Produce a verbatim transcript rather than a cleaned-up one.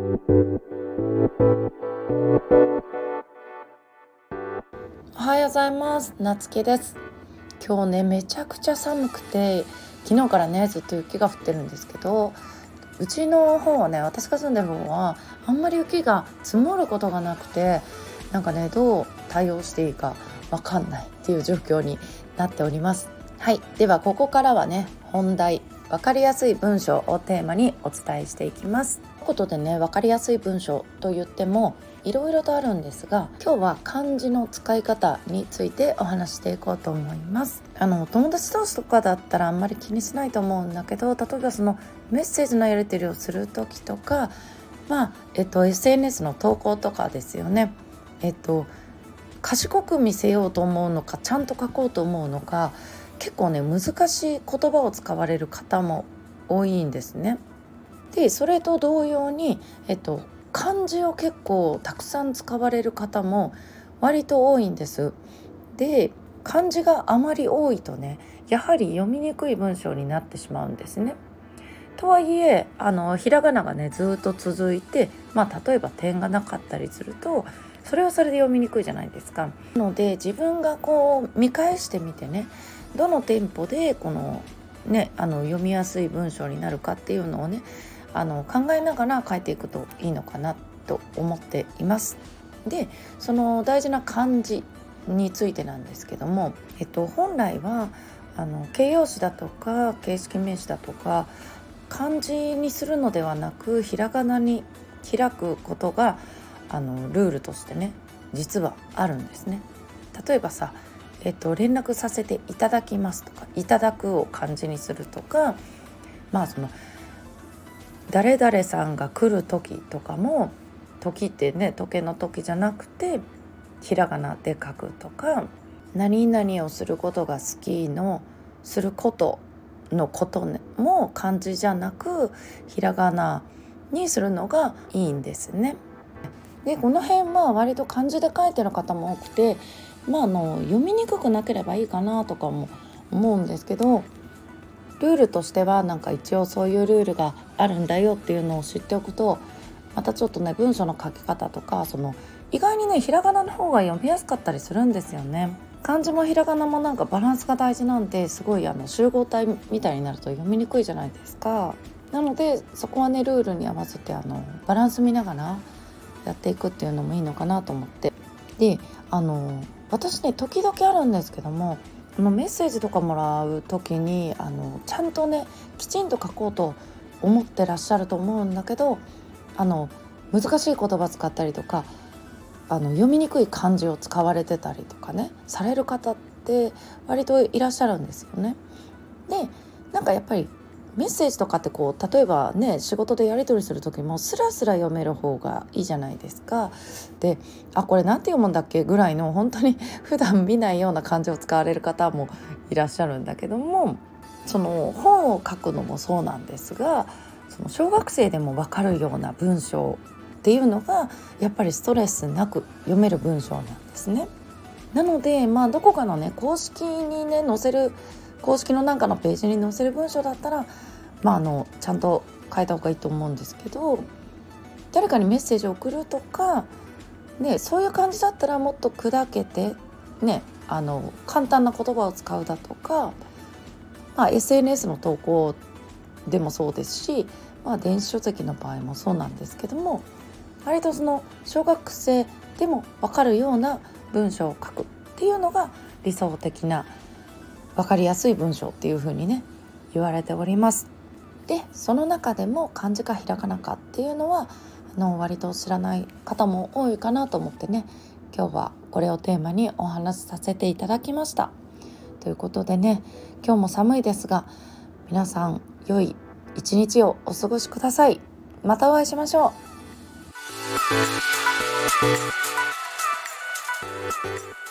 おはようございます。なつきです。今日ねめちゃくちゃ寒くて、昨日からねずっと雪が降ってるんですけど、うちの方はね、私が住んでる方はあんまり雪が積もることがなくて、なんかねどう対応していいかわかんないっていう状況になっております。はい、ではここからはね本題、わかりやすい文章をテーマにお伝えしていきます。ということでね、わかりやすい文章と言ってもいろいろとあるんですが、今日は漢字の使い方についてお話していこうと思います。あの友達同士とかだったらあんまり気にしないと思うんだけど、例えばそのメッセージのやり取りをする時とか、まあえっと エスエヌエス の投稿とかですよね。えっと賢く見せようと思うのか、ちゃんと書こうと思うのか、結構ね難しい言葉を使われる方も多いんですね。でそれと同様に、えっと、漢字を結構たくさん使われる方も割と多いんです。で漢字があまり多いとね、やはり読みにくい文章になってしまうんですね。とはいえあのひらがながねずっと続いて、まあ、例えば点がなかったりするとそれはそれで読みにくいじゃないですか。なので自分がこう見返してみてね、どのテンポでこのねあの読みやすい文章になるかっていうのをねあの考えながら書いていくといいのかなと思っています。でその大事な漢字についてなんですけども、えっと、本来はあの形容詞だとか形式名詞だとか漢字にするのではなく、ひらがなに開くことがあのルールとしてね実はあるんですね。例えばさ、えっと、連絡させていただきますとか、いただくを漢字にするとか、まあその誰々さんが来る時とかも、時ってね時計の時じゃなくてひらがなで書くとか、何々をすることが好きのすることのことねも漢字じゃなくひらがなにするのがいいんですね。でこの辺は割と漢字で書いてる方も多くて、まあ、あの読みにくくなければいいかなとかも思うんですけど、ルールとしてはなんか一応そういうルールがあるんだよっていうのを知っておくと、またちょっとね文章の書き方とか、その意外にねひらがなの方が読みやすかったりするんですよね。漢字もひらがなもなんかバランスが大事なんで、すごいあの集合体みたいになると読みにくいじゃないですか。なのでそこはねルールに合わせてあのバランス見ながらやっていくっていうのもいいのかなと思って。であの私ね時々あるんですけども、あのメッセージとかもらう時にあのちゃんとねきちんと書こうと思ってらっしゃると思うんだけど、あの難しい言葉使ったりとか、あの読みにくい漢字を使われてたりとかねされる方って割といらっしゃるんですよね。でなんかやっぱりメッセージとかってこう例えばね仕事でやり取りする時もスラスラ読める方がいいじゃないですか。であこれなんて読むんだっけぐらいの本当に普段見ないような漢字を使われる方もいらっしゃるんだけども、その本を書くのもそうなんですが、その小学生でも分かるような文章っていうのがやっぱりストレスなく読める文章なんですね。なのでまあどこかのね公式にね載せる公式のなんかのページに載せる文章だったら、まあ、あのちゃんと変えた方がいいと思うんですけど、誰かにメッセージを送るとか、ね、そういう感じだったらもっと砕けて、ね、あの簡単な言葉を使うだとか、まあ、エスエヌエス の投稿でもそうですし、まあ、電子書籍の場合もそうなんですけども、割とその小学生でも分かるような文章を書くっていうのが理想的な分かりやすい文章っていう風にね言われております。でその中でも漢字かひらがなかっていうのはあの割と知らない方も多いかなと思ってね、今日はこれをテーマにお話しさせていただきました。ということでね、今日も寒いですが皆さん良い一日をお過ごしください。またお会いしましょう。